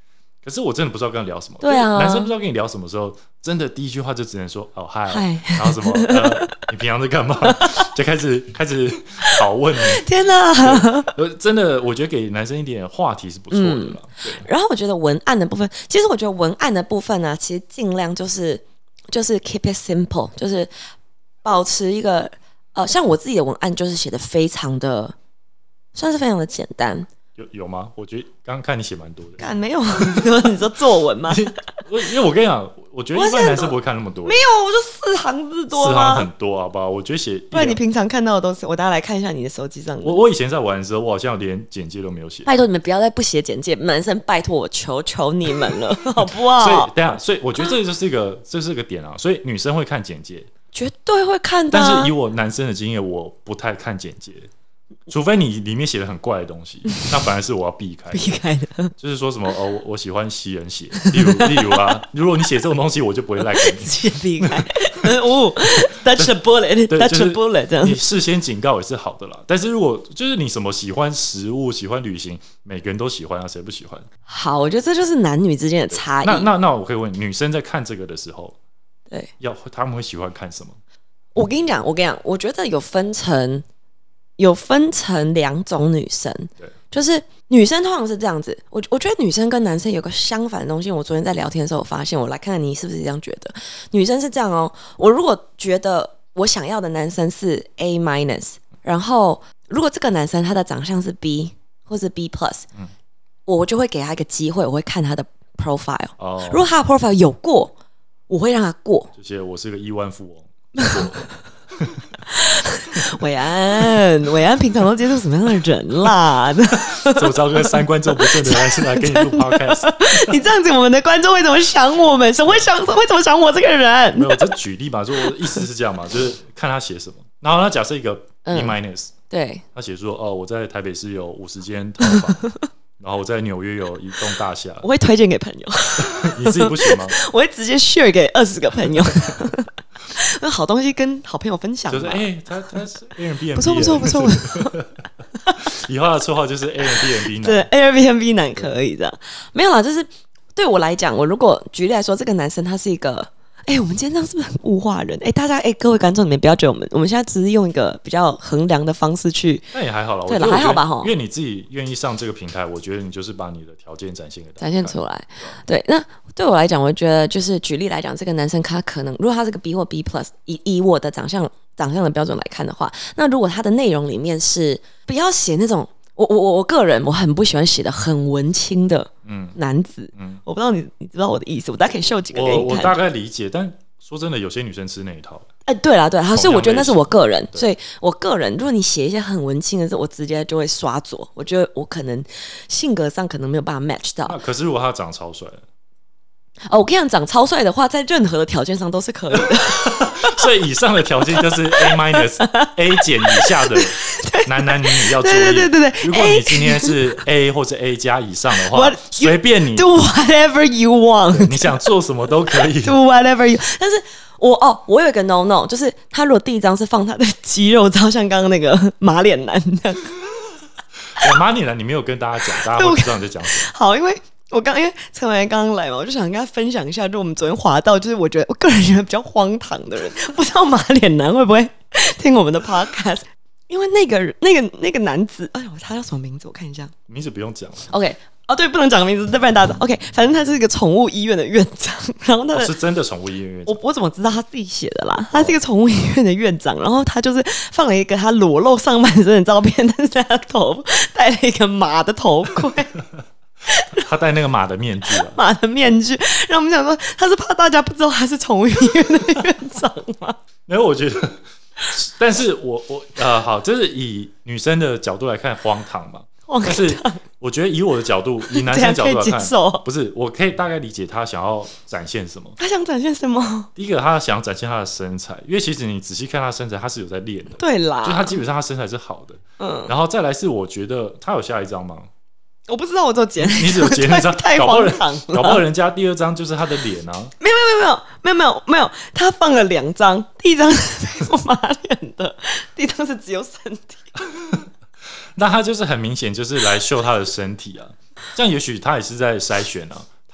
可是我真的不知道跟他聊什么。 对啊， 男生不知道跟你聊什么时候，真的第一句话就只能说哦嗨，然后什么呃你平常在干嘛，就开始开始拷问你。 天哪！ 真的，我觉得给男生一点话题是不错的啦。嗯、 然后我觉得文案的部分，其实我觉得文案的部分呢、啊，其实尽量就是就是 keep it simple， 就是保持一个呃，像我自己的文案就是写的非常的，算是非常的简单。 有有吗？我觉得刚刚看你写蛮多的。 干没有？你说作文吗？ 因为我跟你讲，我觉得一般男生不会看那么多。 没有，我就四行字多。 四行很多，好不好？我觉得写。 不然你平常看到的都是，我大家来看一下你的手机上。 我我以前在玩的时候，我好像连简介都没有写。 拜托你们不要再不写简介，男生拜托我求求你们了，好不好？ 所以等一下，所以我觉得这就是一个这是一个点啊。所以女生会看简介， 绝对会看的、啊。 但是以我男生的经验，我不太看简介。除非你里面写的很怪的东西，那反而是我要避开。 避开的， 就是说什么哦，我喜欢吸人血，例如例如啊，如果你写这种东西，我就不会 like 你。 直接避开。哦 ，Touch the bullet，Touch the bullet， 这样。 你事先警告也是好的啦。但是如果就是你什么喜欢食物、喜欢旅行，每个人都喜欢啊，谁不喜欢？ 好，我觉得这就是男女之间的差异。 那那那我可以问，女生在看这个的时候， 对， 要他们会喜欢看什么？ 我跟你讲，我跟你讲，我觉得有分成。有分成两种女生，就是女生通常是这样子。我我觉得女生跟男生有个相反的东西。我昨天在聊天的时候，我发现，我来看看你是不是这样觉得。女生是这样哦，我如果觉得我想要的男生是 A minus， 然后如果这个男生他的长相是 B 或是 B plus，、嗯、我就会给他一个机会，我会看他的 profile、哦。如果他的 profile 有过，我会让他过。 这些我是个亿万富翁。 伟安，伟安平常都接触什么样的人啦？ 走招跟三观这么不正的人是来跟你录 podcast。 你这样子，我们的观众会怎么想我们？谁会想？会怎么想我这个人？ 没有，这举例嘛，就我的意思是这样嘛，就是看他写什么。然后他假设一个 B minus，、嗯、 对， 他写说哦，我在台北市有五十间套房，然后我在纽约有一栋大厦。 我会推荐给朋友。 你自己不行吗？ 我会直接 share 给二十个朋友。那好东西跟好朋友分享， 就是哎、欸，他他是 Airbnb， 不错不错不错不错。 以后的绰号就是 Airbnb 男， 对 Airbnb 男可以的。没有啦，就是对我来讲，我如果举例来说，这个男生他是一个，哎、欸，我们今天这样是不是很物化人？哎、欸，大家哎、欸，各位观众，你们不要觉得我们我们现在只是用一个比较衡量的方式去， 那也还好啦， 对了，还好吧哈。 因为你自己愿意上这个平台，我觉得你就是把你的条件展现给大家展现出来。对，那对我来讲，我觉得就是举例来讲，这个男生他可能，如果他是个 B 或 B plus， 以以我的长相长相的标准来看的话，那如果他的内容里面是不要写那种。我我我个人我很不喜欢写的很文青的男子，嗯嗯、我不知道你你知道我的意思，我大概可以秀几个给你看。 我我大概理解，但说真的，有些女生吃那一套。 哎、欸，对啦对啦，所以我觉得那是我个人，所以我个人，如果你写一些很文青的字，我直接就会刷左。我觉得我可能性格上可能没有办法 match 到。 那可是如果他长超帅。 哦，我跟你讲，长超帅的话，在任何的条件上都是可以的。 所以以上的条件就是 A minus A 减以下的男男女女要注意。 对对对对对。 如果你今天是 A 或者 A 加以上的话，随便你 do whatever you want， 你想做什么都可以 do whatever you。但是我哦，我有一个 no no， 就是他如果第一张是放他的肌肉照，像刚刚那个马脸男那样。 马脸男，你没有跟大家讲，大家会知道你在讲什么。 好，因为。我刚因为陈伟刚刚来嘛，我就想跟他分享一下，就我们昨天滑到，就是我觉得我个人觉得比较荒唐的人，不知道马脸男会不会听我们的 podcast？ 因为那个那个那个男子，哎呦，他叫什么名字？我看一下， 名字不用讲了。 OK， 哦，对，不能讲名字，不然大家 OK， 反正他是一个宠物医院的院长，然后他的、 哦、是真的宠物医院院长。 我我怎么知道他自己写的啦？他是一个宠物医院的院长，然后他就是放了一个他裸露上半身的照片，但是在他头戴了一个马的头盔。 他戴那个马的面具、啊， 马的面具，让我们想说他是怕大家不知道他是宠物医院的院长吗？ 没有，我觉得，但是我我呃好，这是以女生的角度来看荒唐嘛。 荒唐。 但是我觉得以我的角度，以男生的角度来看，不是，我可以大概理解他想要展现什么。 他想展现什么？ 第一个，他想展现他的身材，因为其实你仔细看他身材，他是有在练的。 对啦， 就他基本上他身材是好的。嗯。然后再来是，我觉得他有下一张吗？ 我不知道，我只有截， 你只有截那张， 太荒唐了。 搞不好人家第二张就是他的脸啊！ 没有没有没有没有没有没有，他放了两张，第一张是没有马脸的，第一张是只有身体。 那他就是很明显就是来秀他的身体啊，这样也许他也是在筛选啊。他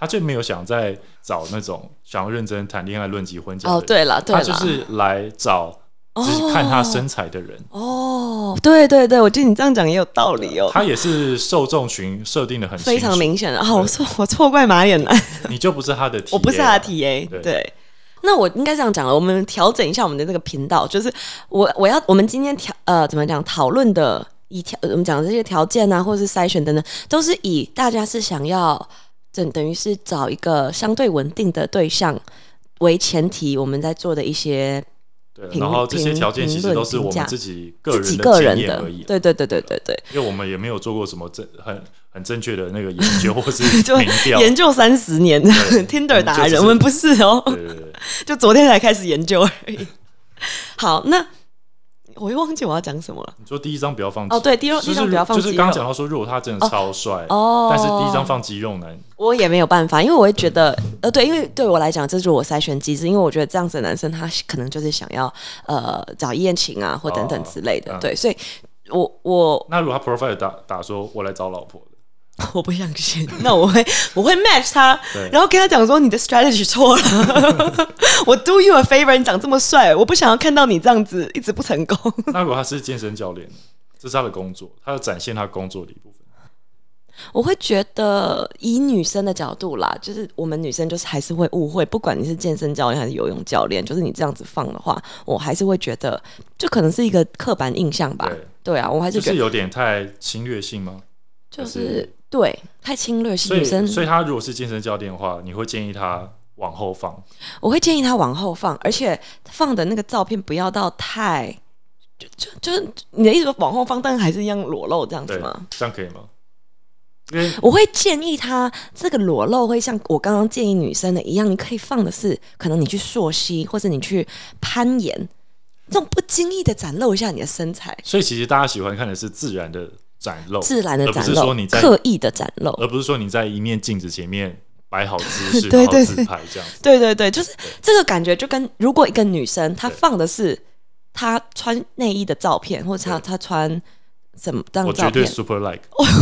他就没有想再找那种想要认真谈恋爱、论及婚嫁的人。 哦，对了，对了， 他就是来找只是看他身材的人。 哦，对对对，我觉得你这样讲也有道理哦。 他也是受众群设定的很清楚非常明显的。哦，我错，我错怪马眼男， 你就不是他的 T A， 我不是他的 T A。对。对，那我应该这样讲了，我们调整一下我们的这个频道，就是我我要我们今天调呃怎么讲讨论的以条我们讲的这些条件啊，或者是筛选等等，都是以大家是想要等等于是找一个相对稳定的对象为前提，我们在做的一些。 对，然后这些条件其实都是我们自己个人的经验而已。 对对对对对对， 因为我们也没有做过什么正很很正确的那个研究或是民调， 研究三十年的 Tinder 达人，我们不是哦， 对对对， 就昨天才开始研究而已。好，那我又忘记我要讲什么了。 你说第一张不要放哦，对，第一张不要放肌肉， 就是刚刚讲到说，如果他真的超帅，哦，但是第一张放肌肉男， 我也没有办法，因为我会觉得，呃，对，因为对我来讲，这就是我筛选机制，因为我觉得这样子的男生他可能就是想要呃找一夜情啊，或等等之类的，哦、对，所以我我那如果他 profile 打打说我来找老婆的。 我不相信，那我会我会 match 他，然后跟他讲说你的 strategy 错了，我 do you a favor， 你长这么帅，我不想要看到你这样子一直不成功。 那如果他是健身教练，这是他的工作，他要展现他工作的一部分。 我会觉得以女生的角度啦，就是我们女生就是还是会误会，不管你是健身教练还是游泳教练，就是你这样子放的话，我还是会觉得就可能是一个刻板印象吧。对，对啊，我还是觉得就是有点太侵略性吗？ 就是对太侵略性，女生。 所以他如果是健身教练的话，你会建议他往后放？ 我会建议他往后放，而且放的那个照片不要到太就就就是你的意思说往后放，但还是一样裸露这样子吗？ 这样可以吗？ 因为我会建议他这个裸露会像我刚刚建议女生的一样，你可以放的是可能你去溯溪，或者你去攀岩，这种不经意的展露一下你的身材。 所以其实大家喜欢看的是自然的展露， 自然的展露， 而不是说你在刻意的展露， 而不是说你在一面镜子前面摆好姿势，然后自拍这样子。 对对对，就是这个感觉，就跟如果一个女生她放的是她穿内衣的照片，或者她她穿什么这样照片， 我绝对 super like。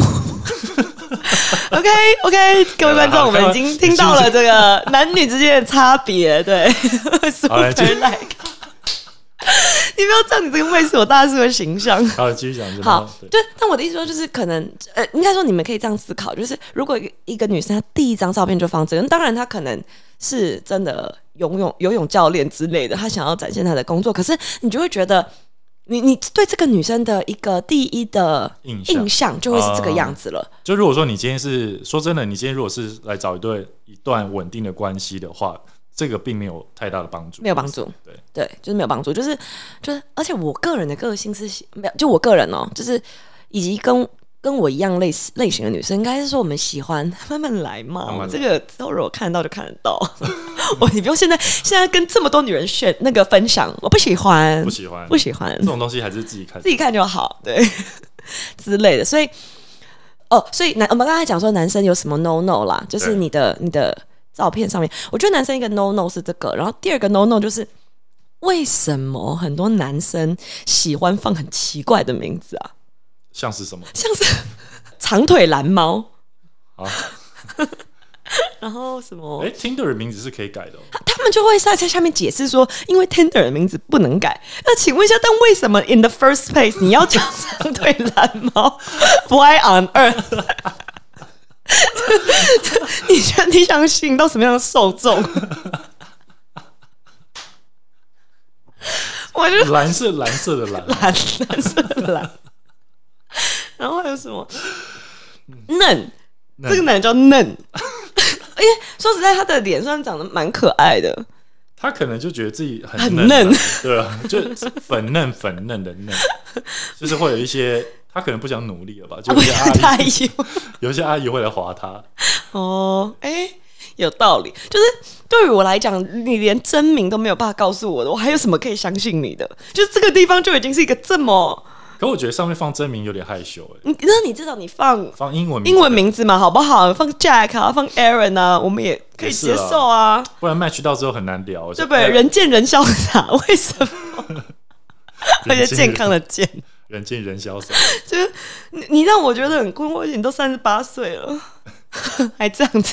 OK OK， 各位观众，我们已经听到了这个男女之间的差别，对 ，super like。你不要这样，你这个会是我大叔的形象。 好，继续讲。 好，对，但我的意思说就是，可能呃，应该说你们可以这样思考，就是如果一个女生她第一张照片就放这个，当然她可能是真的游泳游泳教练之类的，她想要展现她的工作，可是你就会觉得，你你对这个女生的一个第一的印象就会是这个样子了。呃、 就如果说你今天是说真的，你今天如果是来找一对一段稳定的关系的话。这个并没有太大的帮助， 没有帮助， 对对，就是没有帮助，就是就是，而且我个人的个性是没有，就我个人哦，就是以及跟跟我一样类似类型的女生，应该是说我们喜欢慢慢来嘛，慢慢来这个之后如果看得到就看得到，我你不用现在现在跟这么多女人选那个分享，我不喜欢， 不喜欢， 不喜欢这种东西还是自己看， 自己看就好，对之类的，所以哦，所以男我们刚才讲说男生有什么 no no 啦，就是你的你的。照片上面，我觉得男生一个 no no 是这个，然后第二个 no no 就是为什么很多男生喜欢放很奇怪的名字啊？ 像是什么？ 像是长腿蓝猫啊， 然后什么？ 哎 ，Tinder 的名字是可以改的、哦他，他们就会在下面解释说，因为 Tinder 的名字不能改。那请问一下，但为什么 in the first place 你要叫长腿蓝猫 ？Why on earth？你觉得你想吸引到什么样的受众？我就蓝是蓝色的蓝， 蓝蓝色的蓝。然后还有什么嫩？这个男人叫嫩。因为说实在，他的脸虽然长得蛮可爱的， 他可能就觉得自己很很嫩， 对啊，就粉嫩粉嫩的嫩，就是会有一些。他可能不想努力了吧？就有些阿姨，有些阿姨会来划他。 哦，哎、欸，有道理。就是对于我来讲，你连真名都没有办法告诉我的，我还有什么可以相信你的？就是这个地方就已经是一个这么…… 可我觉得上面放真名有点害羞哎、 欸。那你至少你放放英文英文名字嘛，好不好？放 Jack 啊，放 Aaron 啊，我们也可以接受啊。啊不然 match 到之后很难聊， 对不对？人见人潇洒，为什么？而且健康的健。 人见人潇洒， 就是你，你让我觉得很困惑。你都三十八岁了，还这样子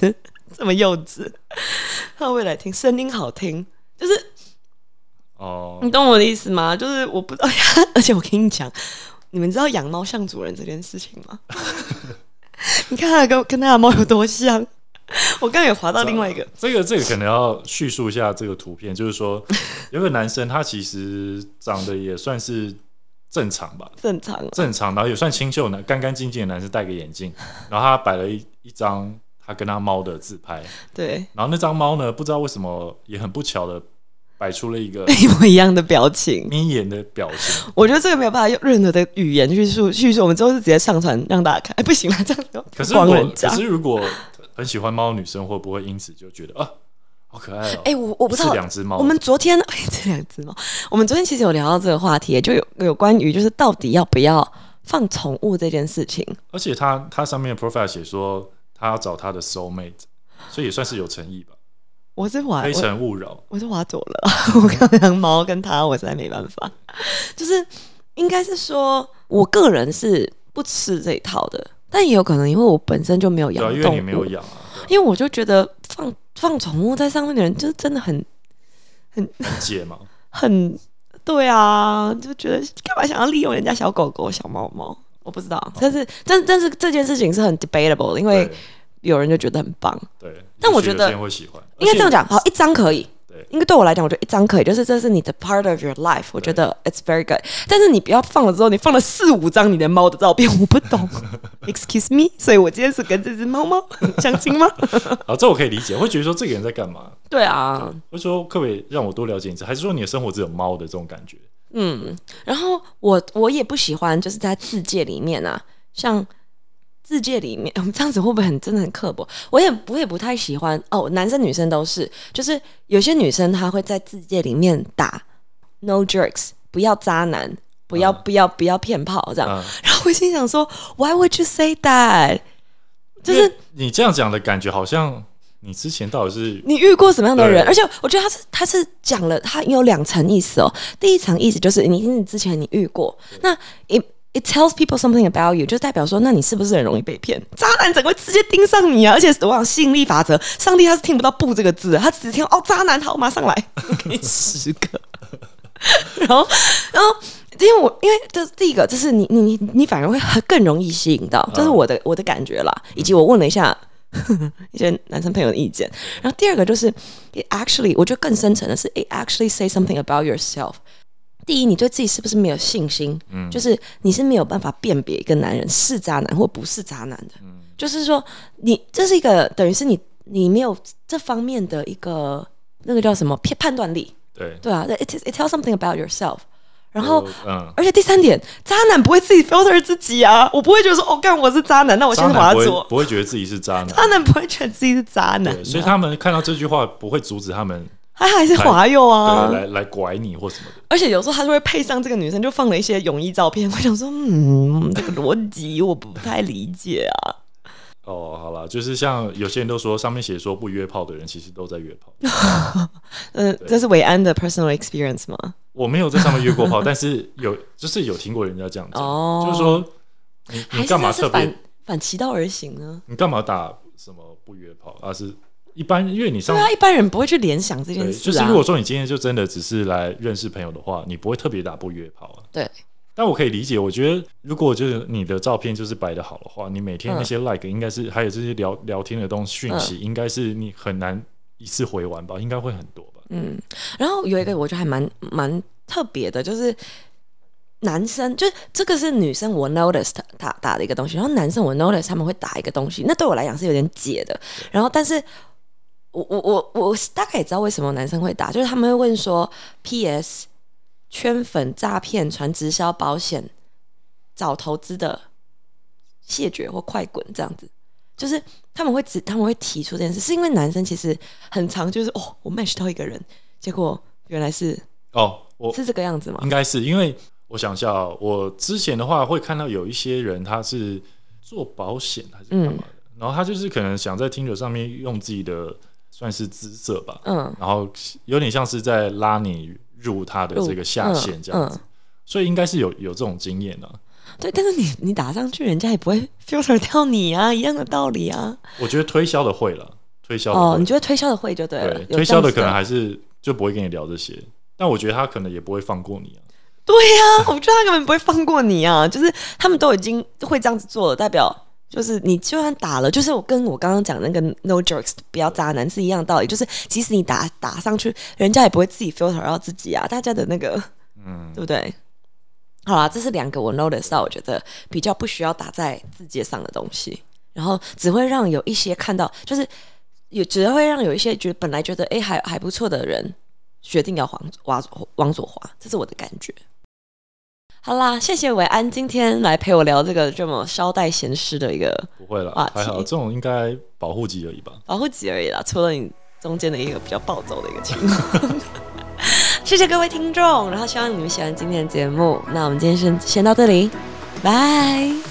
这么幼稚。他会来听，声音好听，就是哦，你懂我的意思吗？就是我不知道，而且我跟你讲，你们知道养猫像主人这件事情吗？你看他跟跟他的猫有多像。我刚刚有滑到另外一个， 这个这个可能要叙述一下这个图片，就是说有个男生他其实长得也算是正常吧， 正常、啊、 正常，然后也算清秀的干干净净的男生，戴个眼镜，然后他摆了一一张他跟他猫的自拍， 对， 然后那张猫呢，不知道为什么也很不巧的摆出了一个一模一样的表情， 眯眼的表情。 我觉得这个没有办法用任何的语言去叙叙述，我们之后是直接上传让大家看。哎，不行了，这样子可是如果可是如果很喜欢猫的女生会不会因此就觉得啊，好可爱哦？ 哎、欸，我我不知道， 是两只猫。 我们昨天哎，这两只猫，我们昨天其实有聊到这个话题，就有有关于就是到底要不要放宠物这件事情。 而且他他上面的 profile 写说他要找他的 soul mate， 所以也算是有诚意吧。 我是滑非诚勿扰， 我是滑左了。我刚刚猫跟他，我实在没办法。就是应该是说，我个人是不吃这一套的。但也有可能，因为我本身就没有养动物， 因为你没有养啊。 因为我就觉得放放宠物在上面的人，就是真的很很解嘛， 很对啊，就觉得干嘛想要利用人家小狗狗、小猫猫？我不知道，哦、但是但但是这件事情是很 debatable 的，因为有人就觉得很棒， 对， 但我觉得会喜欢， 应该这样讲，好，一张可以。 对， 应该对我来讲，我觉得一张可以，就是这是你的 part of your life， 我觉得 it's very good。但是你不要放了之后，你放了四五张你的猫的照片，我不懂。Excuse me， 所以我今天是跟这只猫猫相亲吗？ 好，这我可以理解，会觉得说这个人在干嘛？ 对啊， 会说可不可以让我多了解一次？还是说你的生活只有猫的这种感觉？ 嗯，然后我我也不喜欢，就是在自介里面啊，像。世界里面，我们这样子会不会很真的很刻薄？我也我也不太喜欢哦，男生女生都是，就是有些女生她会在自介里面打 no jerks， 不要渣男，不要、嗯、不要不要骗炮这样、嗯。然后我心想说 ，Why would you say that？ 就是你这样讲的感觉，好像你之前到底是你遇过什么样的人？而且我觉得他是他是讲了，他有两层意思哦。第一层意思就是你你之前你遇过，那 it it tells people something about you， 就代表说，那你是不是很容易被骗？渣男整个会直接盯上你啊！而且我想吸引力法则，上帝他是听不到不这个字，他只听哦渣男好，马上来，我给你十个。然后然后因为我因为这第一个，这是你你你你反而会更容易吸引到，这是我的我的感觉啦，以及我问了一下。一些男生朋友的意见，然后第二个就是 it actually 我觉得更深层的是 it actually say something about yourself。第一，你对自己是不是没有信心？嗯，就是你是没有办法辨别一个男人是渣男或不是渣男的。嗯，就是说你这是一个等于是你你没有这方面的一个那个叫什么判断力。 对对啊 ，it it tells something about yourself。然后、嗯，而且第三点，渣男不会自己 filter 自己啊，我不会觉得说，哦，干我是渣男，那我先滑左， 不会觉得自己是渣男， 渣男不会觉得自己是渣男、啊， 所以他们看到这句话不会阻止他们， 他还是滑右啊， 对，来来拐你或什么的。 而且有时候他就会配上这个女生，就放了一些泳衣照片，我想说，嗯，这个逻辑我不太理解啊。 哦，好了，就是像有些人都说，上面写说不约炮的人，其实都在约炮。 嗯、呃，这是伟安的 personal experience 吗？ 我没有在上面约过炮，但是有就是有听过人家这样讲、哦，就是说你你干嘛特别反反其道而行呢？ 你干嘛打什么不约炮？而、啊、是一般，因为你上对啊，一般人不会去联想这件事、啊。 就是如果说你今天就真的只是来认识朋友的话，你不会特别打不约炮啊。 对。 但我可以理解，我觉得如果就是你的照片就是摆的好的话，你每天那些 like 应该是、嗯、还有这些聊聊天的东西讯息、嗯，应该是你很难一次回完吧，应该会很多吧。 嗯，然后有一个我觉得还蛮蛮特别的，就是男生，就是这个是女生我 notice 打打的一个东西，然后男生我 notice 他们会打一个东西，那对我来讲是有点解的。然后，但是我我我我大概也知道为什么男生会打，就是他们会问说 P S。圈粉、诈骗、传直销、保险、找投资的谢绝或快滚这样子，就是他们会只他们会提出这件事，是因为男生其实很常就是哦，我 match 到一个人，结果原来是哦，我是这个样子吗？ 应该是因为我想一下、哦，我之前的话会看到有一些人他是做保险还是干嘛的、嗯，然后他就是可能想在 Tinder 上面用自己的算是姿色吧，嗯，然后有点像是在拉你。入他的这个下线这样子，嗯嗯、所以应该是有有这种经验啊。 对，但是你你打上去，人家也不会 filter 掉你啊，一样的道理啊。 我觉得推销的会了， 推销的会。 哦，你觉得推销的会就对了， 对，推销的可能还是就不会跟你聊这些，但我觉得他可能也不会放过你啊。 对呀、啊，我觉得他根本不会放过你啊！就是他们都已经会这样子做了，代表就是你就算打了，就是我跟我刚刚讲那个 no jerks 不要渣男是一样的道理，就是即使你打打上去，人家也不会自己 filter 到自己啊，大家的那个，嗯，对不对？好啦，这是两个我 notice 到，我觉得比较不需要打在字节上的东西，然后只会让有一些看到，就是也只会让有一些觉得本来觉得哎还还不错的人，决定要往往左滑，这是我的感觉。好啦，谢谢伟安今天来陪我聊这个这么稍带闲诗的一个不会啦，还好，这种应该保护级而已吧， 保护级而已啦，除了你中间的一个比较暴走的一个情况。谢谢各位听众，然后希望你们喜欢今天的节目，那我们今天先先到这里，拜。